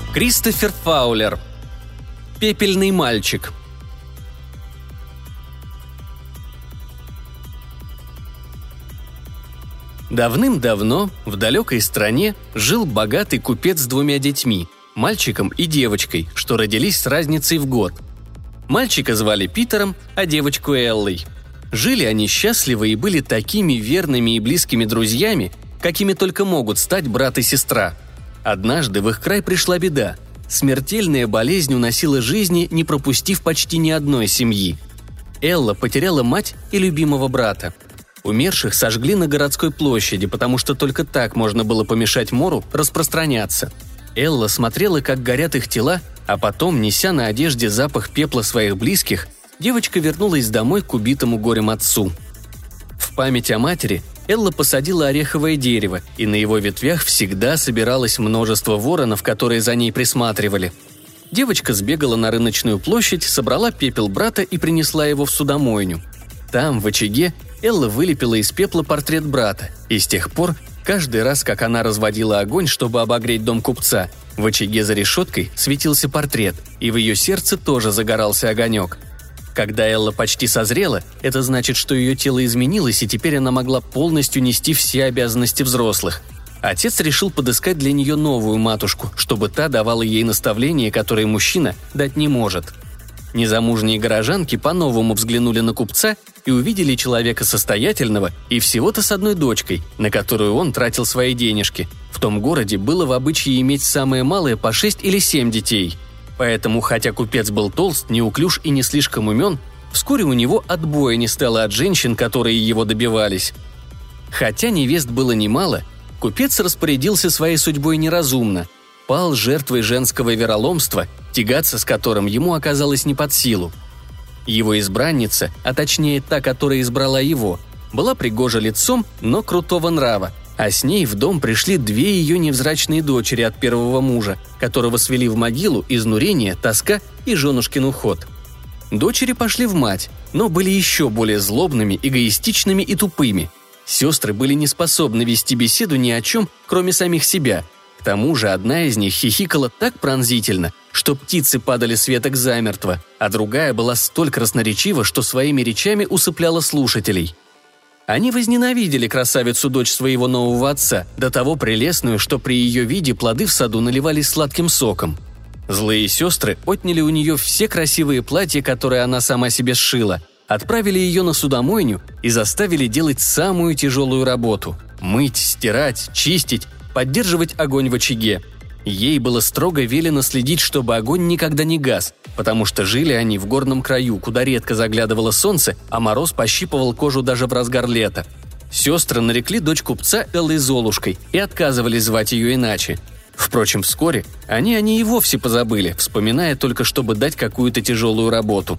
Кристофер Фаулер. Пепельный мальчик. Давным-давно в далекой стране жил богатый купец с двумя детьми, мальчиком и девочкой, что родились с разницей в год. Мальчика звали Питером, а девочку Эллой. Жили они счастливо и были такими верными и близкими друзьями, какими только могут стать брат и сестра. Однажды в их край пришла беда. Смертельная болезнь уносила жизни, не пропустив почти ни одной семьи. Элла потеряла мать и любимого брата. Умерших сожгли на городской площади, потому что только так можно было помешать мору распространяться. Элла смотрела, как горят их тела, а потом, неся на одежде запах пепла своих близких, девочка вернулась домой к убитому горем отцу. В память о матери Элла посадила ореховое дерево, и на его ветвях всегда собиралось множество воронов, которые за ней присматривали. Девочка сбегала на рыночную площадь, собрала пепел брата и принесла его в судомойню. Там, в очаге, Элла вылепила из пепла портрет брата, и с тех пор, каждый раз, как она разводила огонь, чтобы обогреть дом купца, в очаге за решеткой светился портрет, и в ее сердце тоже загорался огонек. Когда Элла почти созрела, это значит, что ее тело изменилось, и теперь она могла полностью нести все обязанности взрослых. Отец решил подыскать для нее новую матушку, чтобы та давала ей наставления, которые мужчина дать не может. Незамужние горожанки по-новому взглянули на купца и увидели человека состоятельного и всего-то с одной дочкой, на которую он тратил свои денежки. В том городе было в обычае иметь самое малое по 6 или 7 детей. Поэтому, хотя купец был толст, неуклюж и не слишком умен, вскоре у него отбоя не стало от женщин, которые его добивались. Хотя невест было немало, купец распорядился своей судьбой неразумно, пал жертвой женского вероломства, тягаться с которым ему оказалось не под силу. Его избранница, а точнее та, которая избрала его, была пригожа лицом, но крутого нрава, а с ней в дом пришли две ее невзрачные дочери от первого мужа, которого свели в могилу изнурение, тоска и женушкин уход. Дочери пошли в мать, но были еще более злобными, эгоистичными и тупыми. Сестры были не способны вести беседу ни о чем, кроме самих себя. К тому же одна из них хихикала так пронзительно, что птицы падали с веток замертво, а другая была столь красноречива, что своими речами усыпляла слушателей. Они возненавидели красавицу-дочь своего нового отца, до того прелестную, что при ее виде плоды в саду наливались сладким соком. Злые сестры отняли у нее все красивые платья, которые она сама себе сшила, отправили ее на судомойню и заставили делать самую тяжелую работу – мыть, стирать, чистить, поддерживать огонь в очаге. Ей было строго велено следить, чтобы огонь никогда не гас, потому что жили они в горном краю, куда редко заглядывало солнце, а мороз пощипывал кожу даже в разгар лета. Сестры нарекли дочь купца Эллой Золушкой и отказывались звать ее иначе. Впрочем, вскоре они о ней и вовсе позабыли, вспоминая только, чтобы дать какую-то тяжелую работу.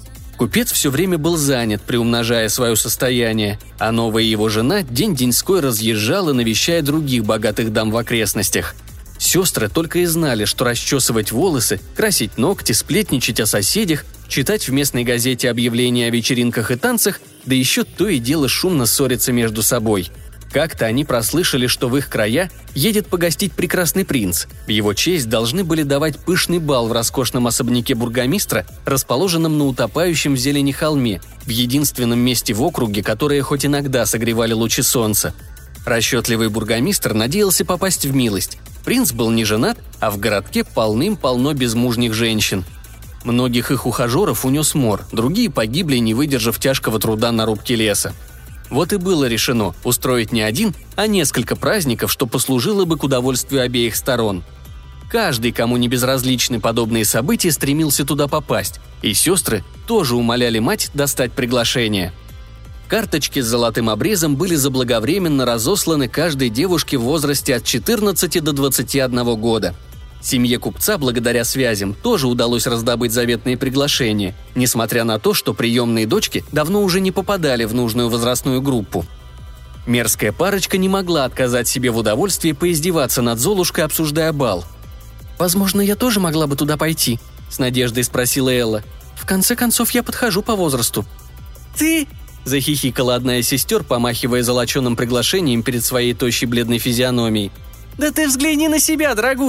Купец все время был занят, приумножая свое состояние, а новая его жена день-деньской разъезжала, навещая других богатых дам в окрестностях. Сестры только и знали, что расчесывать волосы, красить ногти, сплетничать о соседях, читать в местной газете объявления о вечеринках и танцах, да еще то и дело шумно ссориться между собой. Как-то они прослышали, что в их края едет погостить прекрасный принц. В его честь должны были давать пышный бал в роскошном особняке бургомистра, расположенном на утопающем в зелени холме, в единственном месте в округе, которое хоть иногда согревали лучи солнца. Расчетливый бургомистр надеялся попасть в милость. Принц был не женат, а в городке полным-полно безмужних женщин. Многих их ухажеров унес мор, другие погибли, не выдержав тяжкого труда на рубке леса. Вот и было решено устроить не один, а несколько праздников, что послужило бы к удовольствию обеих сторон. Каждый, кому не безразличны подобные события, стремился туда попасть, и сестры тоже умоляли мать достать приглашение. Карточки с золотым обрезом были заблаговременно разосланы каждой девушке в возрасте от 14 до 21 года. Семье купца, благодаря связям, тоже удалось раздобыть заветные приглашения, несмотря на то, что приемные дочки давно уже не попадали в нужную возрастную группу. Мерзкая парочка не могла отказать себе в удовольствии поиздеваться над Золушкой, обсуждая бал. «Возможно, я тоже могла бы туда пойти?» – с надеждой спросила Элла. «В конце концов, я подхожу по возрасту». «Ты?» – захихикала одна из сестер, помахивая золоченым приглашением перед своей тощей бледной физиономией. «Да ты взгляни на себя, дорогуша!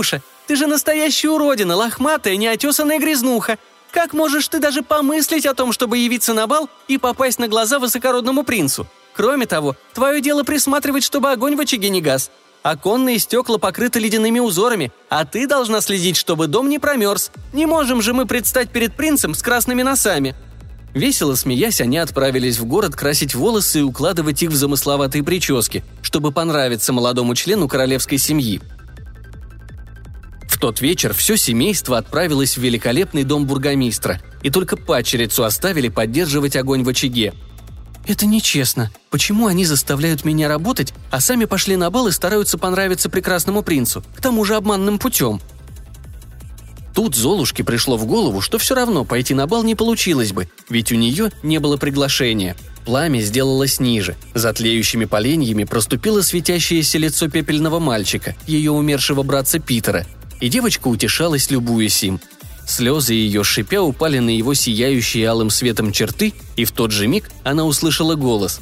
Ты же настоящая уродина, лохматая, неотесанная грязнуха. Как можешь ты даже помыслить о том, чтобы явиться на бал и попасть на глаза высокородному принцу? Кроме того, твое дело присматривать, чтобы огонь в очаге не гас. Оконные стекла покрыты ледяными узорами, а ты должна следить, чтобы дом не промерз. Не можем же мы предстать перед принцем с красными носами». Весело смеясь, они отправились в город красить волосы и укладывать их в замысловатые прически, чтобы понравиться молодому члену королевской семьи. В тот вечер все семейство отправилось в великолепный дом бургомистра, и только падчерицу оставили поддерживать огонь в очаге. «Это нечестно. Почему они заставляют меня работать, а сами пошли на бал и стараются понравиться прекрасному принцу, к тому же обманным путем?» Тут Золушке пришло в голову, что все равно пойти на бал не получилось бы, ведь у нее не было приглашения. Пламя сделалось ниже, за тлеющими поленьями проступило светящееся лицо пепельного мальчика, ее умершего братца Питера, и девочка утешалась, любуясь им. Слезы ее, шипя, упали на его сияющие алым светом черты, и в тот же миг она услышала голос.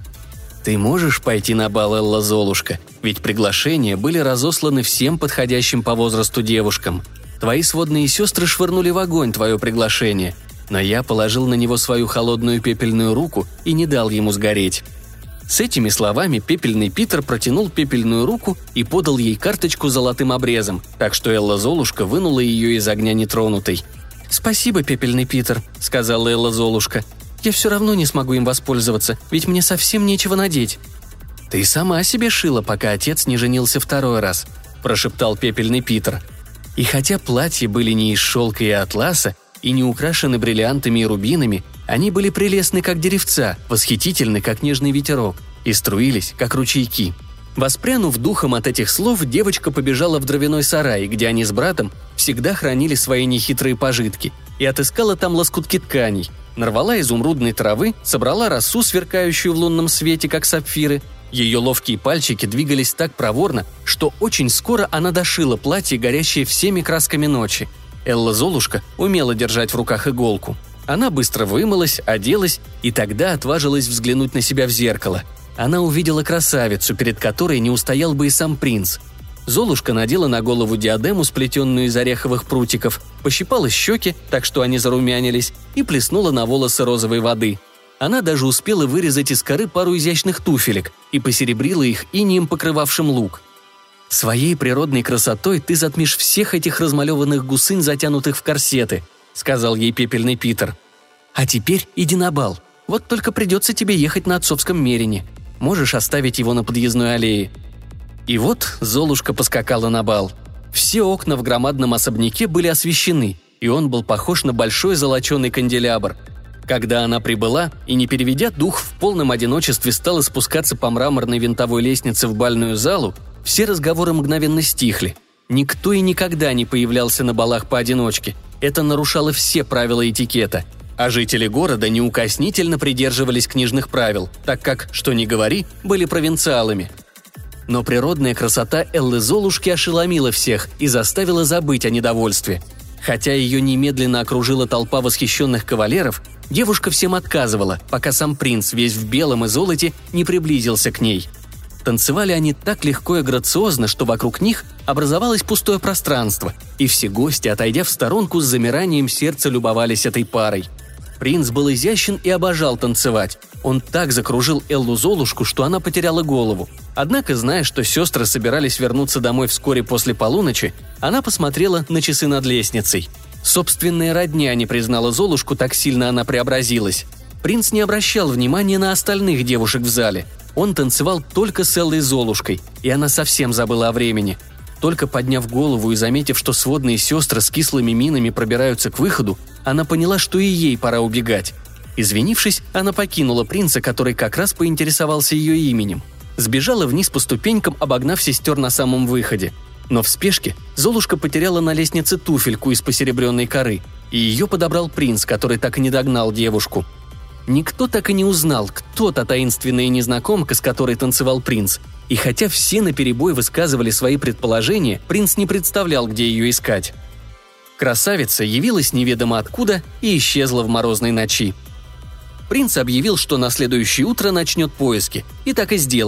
«Ты можешь пойти на бал, Элла Золушка? Ведь приглашения были разосланы всем подходящим по возрасту девушкам. Твои сводные сестры швырнули в огонь твое приглашение, но я положил на него свою холодную пепельную руку и не дал ему сгореть». С этими словами пепельный Питер протянул пепельную руку и подал ей карточку с золотым обрезом, так что Элла Золушка вынула ее из огня нетронутой. «Спасибо, пепельный Питер», — сказала Элла Золушка. «Я все равно не смогу им воспользоваться, ведь мне совсем нечего надеть». «Ты сама себе шила, пока отец не женился второй раз», — прошептал пепельный Питер. И хотя платья были не из шелка и атласа и не украшены бриллиантами и рубинами, они были прелестны, как деревца, восхитительны, как нежный ветерок, и струились, как ручейки. Воспрянув духом от этих слов, девочка побежала в дровяной сарай, где они с братом всегда хранили свои нехитрые пожитки, и отыскала там лоскутки тканей, нарвала изумрудной травы, собрала росу, сверкающую в лунном свете, как сапфиры. Ее ловкие пальчики двигались так проворно, что очень скоро она дошила платье, горящее всеми красками ночи. Элла Золушка умела держать в руках иголку. Она быстро вымылась, оделась и тогда отважилась взглянуть на себя в зеркало. Она увидела красавицу, перед которой не устоял бы и сам принц. Золушка надела на голову диадему, сплетенную из ореховых прутиков, пощипала щеки, так что они зарумянились, и плеснула на волосы розовой воды. Она даже успела вырезать из коры пару изящных туфелек и посеребрила их инеем, покрывавшим лук. «Своей природной красотой ты затмишь всех этих размалеванных гусынь, затянутых в корсеты», — сказал ей пепельный Питер. «А теперь иди на бал. Вот только придется тебе ехать на отцовском мерине. Можешь оставить его на подъездной аллее». И вот Золушка поскакала на бал. Все окна в громадном особняке были освещены, и он был похож на большой золоченый канделябр. Когда она прибыла и, не переведя дух, в полном одиночестве стала спускаться по мраморной винтовой лестнице в бальную залу, все разговоры мгновенно стихли. Никто и никогда не появлялся на балах поодиночке. Это нарушало все правила этикета. А жители города неукоснительно придерживались книжных правил, так как, что ни говори, были провинциалами. Но природная красота Эллы Золушки ошеломила всех и заставила забыть о недовольстве. Хотя ее немедленно окружила толпа восхищенных кавалеров, девушка всем отказывала, пока сам принц, весь в белом и золоте, не приблизился к ней. Танцевали они так легко и грациозно, что вокруг них образовалось пустое пространство, и все гости, отойдя в сторонку, с замиранием сердца любовались этой парой. Принц был изящен и обожал танцевать. Он так закружил Эллу Золушку, что она потеряла голову. Однако, зная, что сестры собирались вернуться домой вскоре после полуночи, она посмотрела на часы над лестницей. Собственная родня не признала Золушку, так сильно она преобразилась. Принц не обращал внимания на остальных девушек в зале. Он танцевал только с Эллой Золушкой, и она совсем забыла о времени. Только подняв голову и заметив, что сводные сестры с кислыми минами пробираются к выходу, она поняла, что и ей пора убегать. Извинившись, она покинула принца, который как раз поинтересовался ее именем. Сбежала вниз по ступенькам, обогнав сестер на самом выходе. Но в спешке Золушка потеряла на лестнице туфельку из посеребренной коры, и ее подобрал принц, который так и не догнал девушку. Никто так и не узнал, кто та таинственная незнакомка, с которой танцевал принц. И хотя все наперебой высказывали свои предположения, принц не представлял, где ее искать. Красавица явилась неведомо откуда и исчезла в морозной ночи. Принц объявил, что на следующее утро начнет поиски, и так и сделал.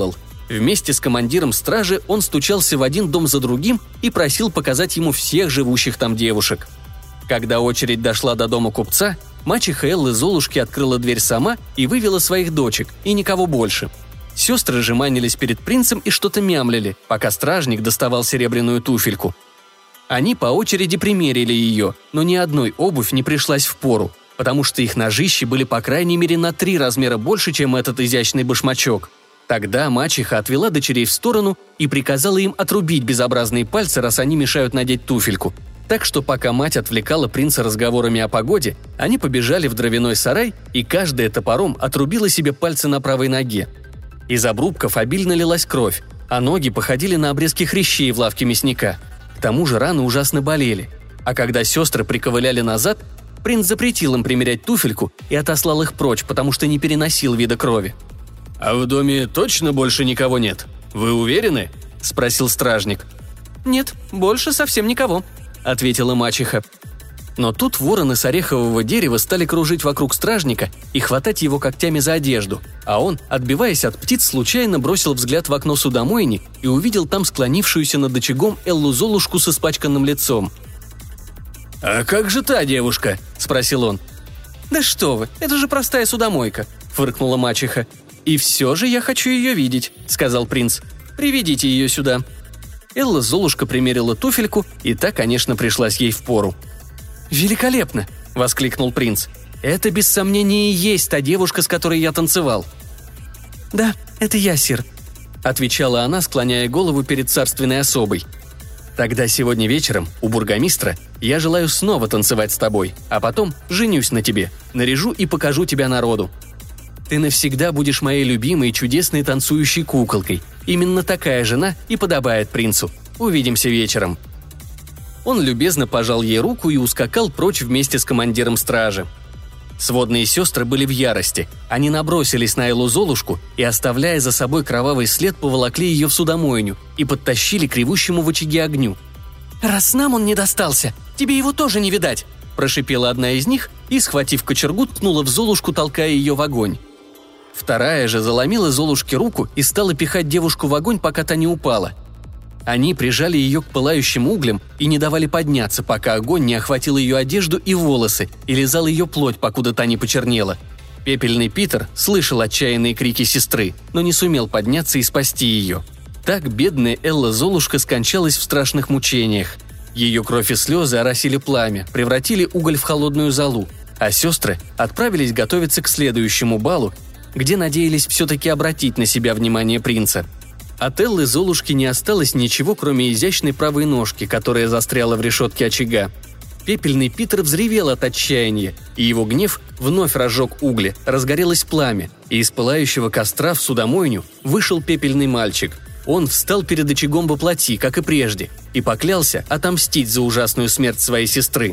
Вместе с командиром стражи он стучался в один дом за другим и просил показать ему всех живущих там девушек. Когда очередь дошла до дома купца, мачеха Эллы Золушки открыла дверь сама и вывела своих дочек, и никого больше. Сестры же манились перед принцем и что-то мямлили, пока стражник доставал серебряную туфельку. Они по очереди примерили ее, но ни одной обувь не пришлась впору, потому что их ножищи были по крайней мере на 3 размера больше, чем этот изящный башмачок. Тогда мачеха отвела дочерей в сторону и приказала им отрубить безобразные пальцы, раз они мешают надеть туфельку. Так что пока мать отвлекала принца разговорами о погоде, они побежали в дровяной сарай, и каждая топором отрубила себе пальцы на правой ноге. Из обрубков обильно лилась кровь, а ноги походили на обрезки хрящей в лавке мясника. К тому же раны ужасно болели. А когда сестры приковыляли назад, принц запретил им примерять туфельку и отослал их прочь, потому что не переносил вида крови. «А в доме точно больше никого нет? Вы уверены?» – спросил стражник. «Нет, больше совсем никого», – ответила мачеха. Но тут вороны с орехового дерева стали кружить вокруг стражника и хватать его когтями за одежду, а он, отбиваясь от птиц, случайно бросил взгляд в окно судомойни и увидел там склонившуюся над очагом Эллу Золушку с испачканным лицом. «А как же та девушка?» – спросил он. «Да что вы, это же простая судомойка», – фыркнула мачеха. «И все же я хочу ее видеть», – сказал принц. «Приведите ее сюда». Элла Золушка примерила туфельку, и та, конечно, пришлась ей впору. «Великолепно!» – воскликнул принц. «Это, без сомнения, и есть та девушка, с которой я танцевал». «Да, это я, сир», – отвечала она, склоняя голову перед царственной особой. «Тогда сегодня вечером у бургомистра я желаю снова танцевать с тобой, а потом женюсь на тебе, наряжу и покажу тебя народу. Ты навсегда будешь моей любимой чудесной танцующей куколкой. Именно такая жена и подобает принцу. Увидимся вечером». Он любезно пожал ей руку и ускакал прочь вместе с командиром стражи. Сводные сестры были в ярости. Они набросились на Эллу Золушку и, оставляя за собой кровавый след, поволокли ее в судомойню и подтащили к ревущему в очаге огню. «Раз нам он не достался, тебе его тоже не видать!» – прошипела одна из них и, схватив кочергу, ткнула в Золушку, толкая ее в огонь. Вторая же заломила Золушке руку и стала пихать девушку в огонь, пока та не упала. Они прижали ее к пылающим углям и не давали подняться, пока огонь не охватил ее одежду и волосы и лизал ее плоть, покуда та не почернела. Пепельный Питер слышал отчаянные крики сестры, но не сумел подняться и спасти ее. Так бедная Элла Золушка скончалась в страшных мучениях. Ее кровь и слезы оросили пламя, превратили уголь в холодную золу, а сестры отправились готовиться к следующему балу, где надеялись все-таки обратить на себя внимание принца. От Эллы Золушки не осталось ничего, кроме изящной правой ножки, которая застряла в решетке очага. Пепельный Питер взревел от отчаяния, и его гнев вновь разжег угли, разгорелось пламя, и из пылающего костра в судомойню вышел пепельный мальчик. Он встал перед очагом воплоти, как и прежде, и поклялся отомстить за ужасную смерть своей сестры.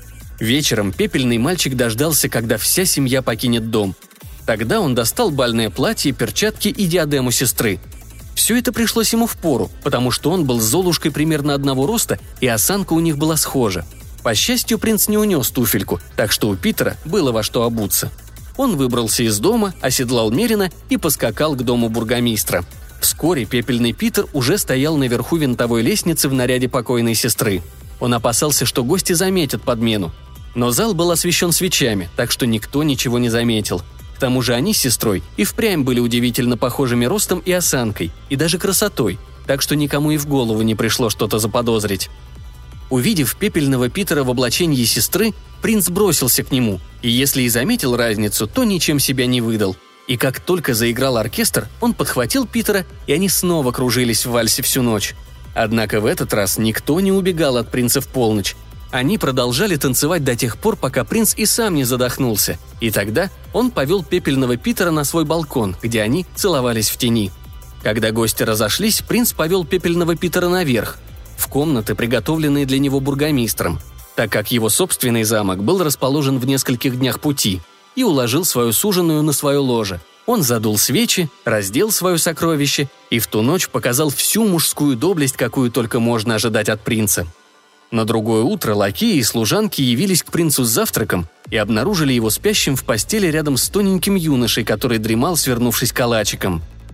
Вечером пепельный мальчик дождался, когда вся семья покинет дом. Тогда он достал бальное платье, перчатки и диадему сестры. Все это пришлось ему впору, потому что он был с Золушкой примерно одного роста, и осанка у них была схожа. По счастью, принц не унес туфельку, так что у Питера было во что обуться. Он выбрался из дома, оседлал мерина и поскакал к дому бургомистра. Вскоре пепельный Питер уже стоял наверху винтовой лестницы в наряде покойной сестры. Он опасался, что гости заметят подмену. Но зал был освещен свечами, так что никто ничего не заметил. К тому же они с сестрой и впрямь были удивительно похожими ростом и осанкой, и даже красотой, так что никому и в голову не пришло что-то заподозрить. Увидев пепельного Питера в облачении сестры, принц бросился к нему, и если и заметил разницу, то ничем себя не выдал. И как только заиграл оркестр, он подхватил Питера, и они снова кружились в вальсе всю ночь. Однако в этот раз никто не убегал от принца в полночь. Они продолжали танцевать до тех пор, пока принц и сам не задохнулся, и тогда он повел пепельного Питера на свой балкон, где они целовались в тени. Когда гости разошлись, принц повел пепельного Питера наверх, в комнаты, приготовленные для него бургомистром, так как его собственный замок был расположен в нескольких днях пути, и уложил свою суженую на свое ложе. Он задул свечи, раздел свое сокровище и в ту ночь показал всю мужскую доблесть, какую только можно ожидать от принца. На другое утро лакеи и служанки явились к принцу с завтраком и обнаружили его спящим в постели рядом с тоненьким юношей, который дремал, свернувшись калачиком.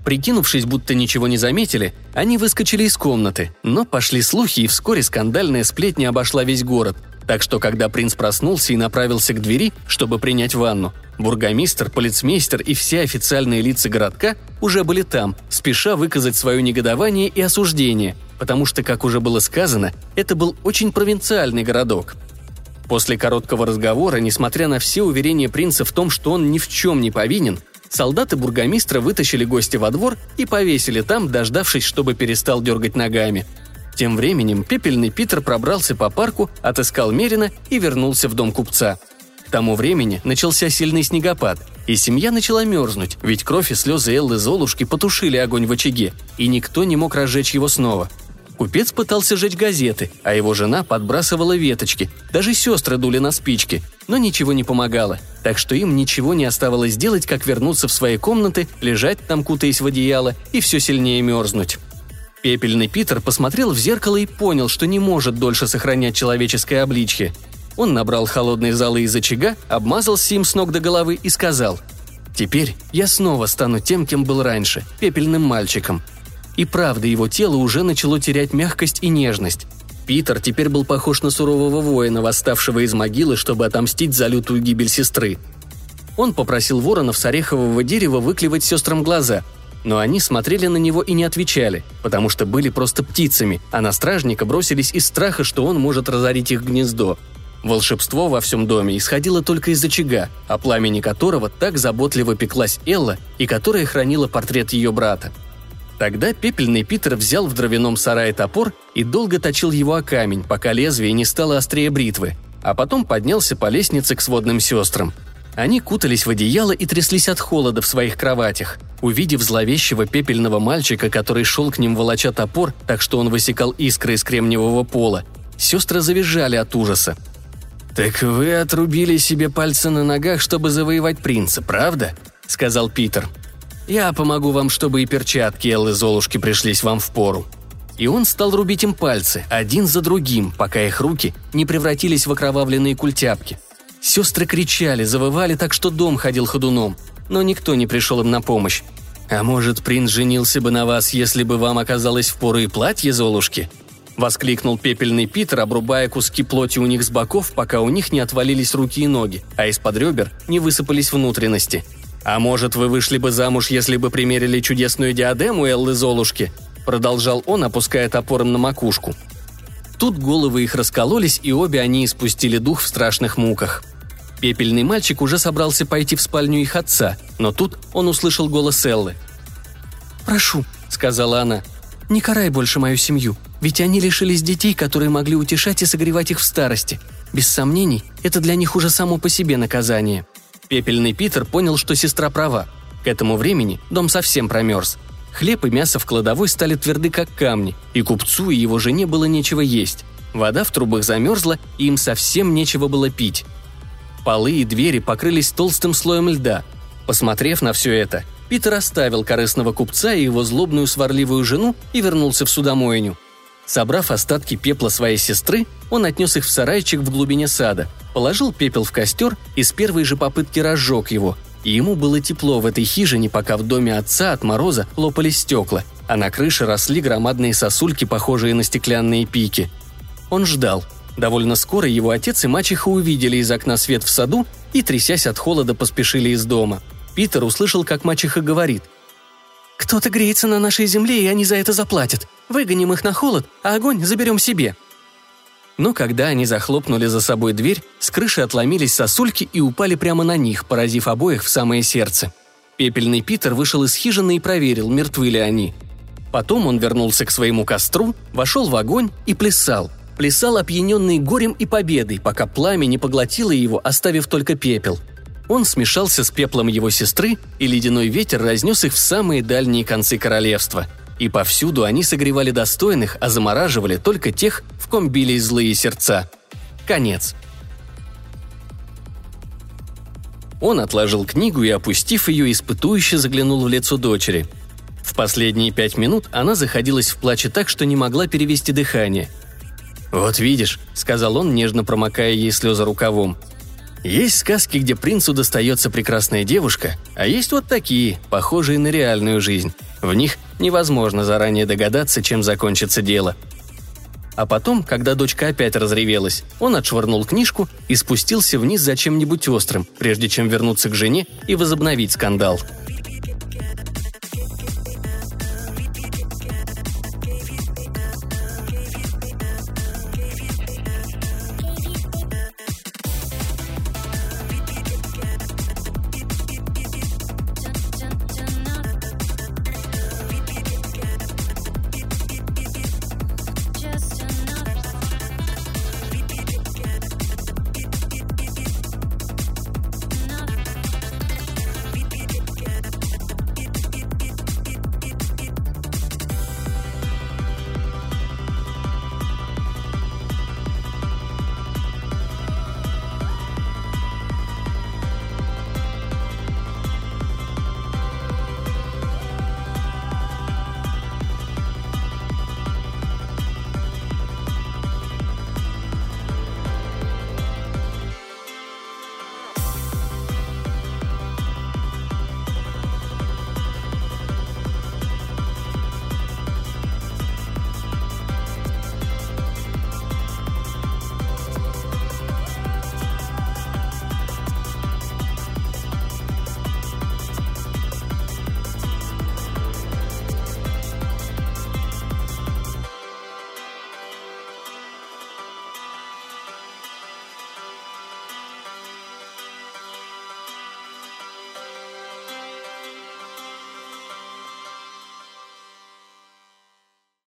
Прикинувшись, будто ничего не заметили, они выскочили из комнаты, но пошли слухи, и вскоре скандальная сплетня обошла весь город. Так что, когда принц проснулся и направился к двери, чтобы принять ванну, бургомистр, полицмейстер и все официальные лица городка уже были там, спеша выказать свое негодование и осуждение, потому что, как уже было сказано, это был очень провинциальный городок. После короткого разговора, несмотря на все уверения принца в том, что он ни в чем не повинен, солдаты бургомистра вытащили гостя во двор и повесили там, дождавшись, чтобы перестал дергать ногами. Тем временем Пепельный Питер пробрался по парку, отыскал Мерина и вернулся в дом купца. К тому времени начался сильный снегопад, и семья начала мерзнуть, ведь кровь и слезы Эллы Золушки потушили огонь в очаге, и никто не мог разжечь его снова. Купец пытался жечь газеты, а его жена подбрасывала веточки, даже сестры дули на спички, но ничего не помогало, так что им ничего не оставалось делать, как вернуться в свои комнаты, лежать там, кутаясь в одеяло, и все сильнее мерзнуть. Пепельный Питер посмотрел в зеркало и понял, что не может дольше сохранять человеческое обличье. Он набрал холодной золы из очага, обмазался им с ног до головы и сказал: «Теперь я снова стану тем, кем был раньше, пепельным мальчиком». И правда, его тело уже начало терять мягкость и нежность. Питер теперь был похож на сурового воина, восставшего из могилы, чтобы отомстить за лютую гибель сестры. Он попросил воронов с орехового дерева выклевать сестрам глаза, но они смотрели на него и не отвечали, потому что были просто птицами, а на стражника бросились из страха, что он может разорить их гнездо. Волшебство во всем доме исходило только из очага, о пламени которого так заботливо пеклась Элла и которая хранила портрет ее брата. Тогда Пепельный Питер взял в дровяном сарае топор и долго точил его о камень, пока лезвие не стало острее бритвы, а потом поднялся по лестнице к сводным сестрам. Они кутались в одеяло и тряслись от холода в своих кроватях. Увидев зловещего пепельного мальчика, который шел к ним, волоча топор, так что он высекал искры из кремниевого пола, сестры завизжали от ужаса. «Так вы отрубили себе пальцы на ногах, чтобы завоевать принца, правда?» – сказал Питер. «Я помогу вам, чтобы и перчатки Эллы Золушки пришлись вам впору». И он стал рубить им пальцы, один за другим, пока их руки не превратились в окровавленные культяпки. Сестры кричали, завывали так, что дом ходил ходуном, но никто не пришел им на помощь. «А может, принц женился бы на вас, если бы вам оказалось впору и платье Золушки?» – воскликнул Пепельный Питер, обрубая куски плоти у них с боков, пока у них не отвалились руки и ноги, а из-под ребер не высыпались внутренности. «А может, вы вышли бы замуж, если бы примерили чудесную диадему Эллы Золушки?» – продолжал он, опуская топор им на макушку. Тут головы их раскололись, и обе они испустили дух в страшных муках. Пепельный мальчик уже собрался пойти в спальню их отца, но тут он услышал голос Эллы. «Прошу», — сказала она, — «не карай больше мою семью, ведь они лишились детей, которые могли утешать и согревать их в старости. Без сомнений, это для них уже само по себе наказание». Пепельный Питер понял, что сестра права. К этому времени дом совсем промерз. Хлеб и мясо в кладовой стали тверды, как камни, и купцу и его жене было нечего есть. Вода в трубах замерзла, и им совсем нечего было пить. Полы и двери покрылись толстым слоем льда. Посмотрев на все это, Питер оставил корыстного купца и его злобную сварливую жену и вернулся в судомойню. Собрав остатки пепла своей сестры, он отнес их в сарайчик в глубине сада, положил пепел в костер и с первой же попытки разжег его, и ему было тепло в этой хижине, пока в доме отца от мороза лопались стекла, а на крыше росли громадные сосульки, похожие на стеклянные пики. Он ждал. Довольно скоро его отец и мачеха увидели из окна свет в саду и, трясясь от холода, поспешили из дома. Питер услышал, как мачеха говорит: «Кто-то греется на нашей земле, и они за это заплатят. Выгоним их на холод, а огонь заберем себе». Но когда они захлопнули за собой дверь, с крыши отломились сосульки и упали прямо на них, поразив обоих в самое сердце. Пепельный Питер вышел из хижины и проверил, мертвы ли они. Потом он вернулся к своему костру, вошел в огонь и плясал. Плясал, опьяненный горем и победой, пока пламя не поглотило его, оставив только пепел. Он смешался с пеплом его сестры, и ледяной ветер разнес их в самые дальние концы королевства. И повсюду они согревали достойных, а замораживали только тех, в ком бились злые сердца. Конец. Он отложил книгу и, опустив ее, испытующе заглянул в лицо дочери. В последние 5 минут она заходилась в плаче так, что не могла перевести дыхание. «Вот видишь», — сказал он, нежно промокая ей слезы рукавом, — Есть сказки, где принцу достается прекрасная девушка, а есть вот такие, похожие на реальную жизнь. В них невозможно заранее догадаться, чем закончится дело. А потом, когда дочка опять разревелась, он отшвырнул книжку и спустился вниз за чем-нибудь острым, прежде чем вернуться к жене и возобновить скандал.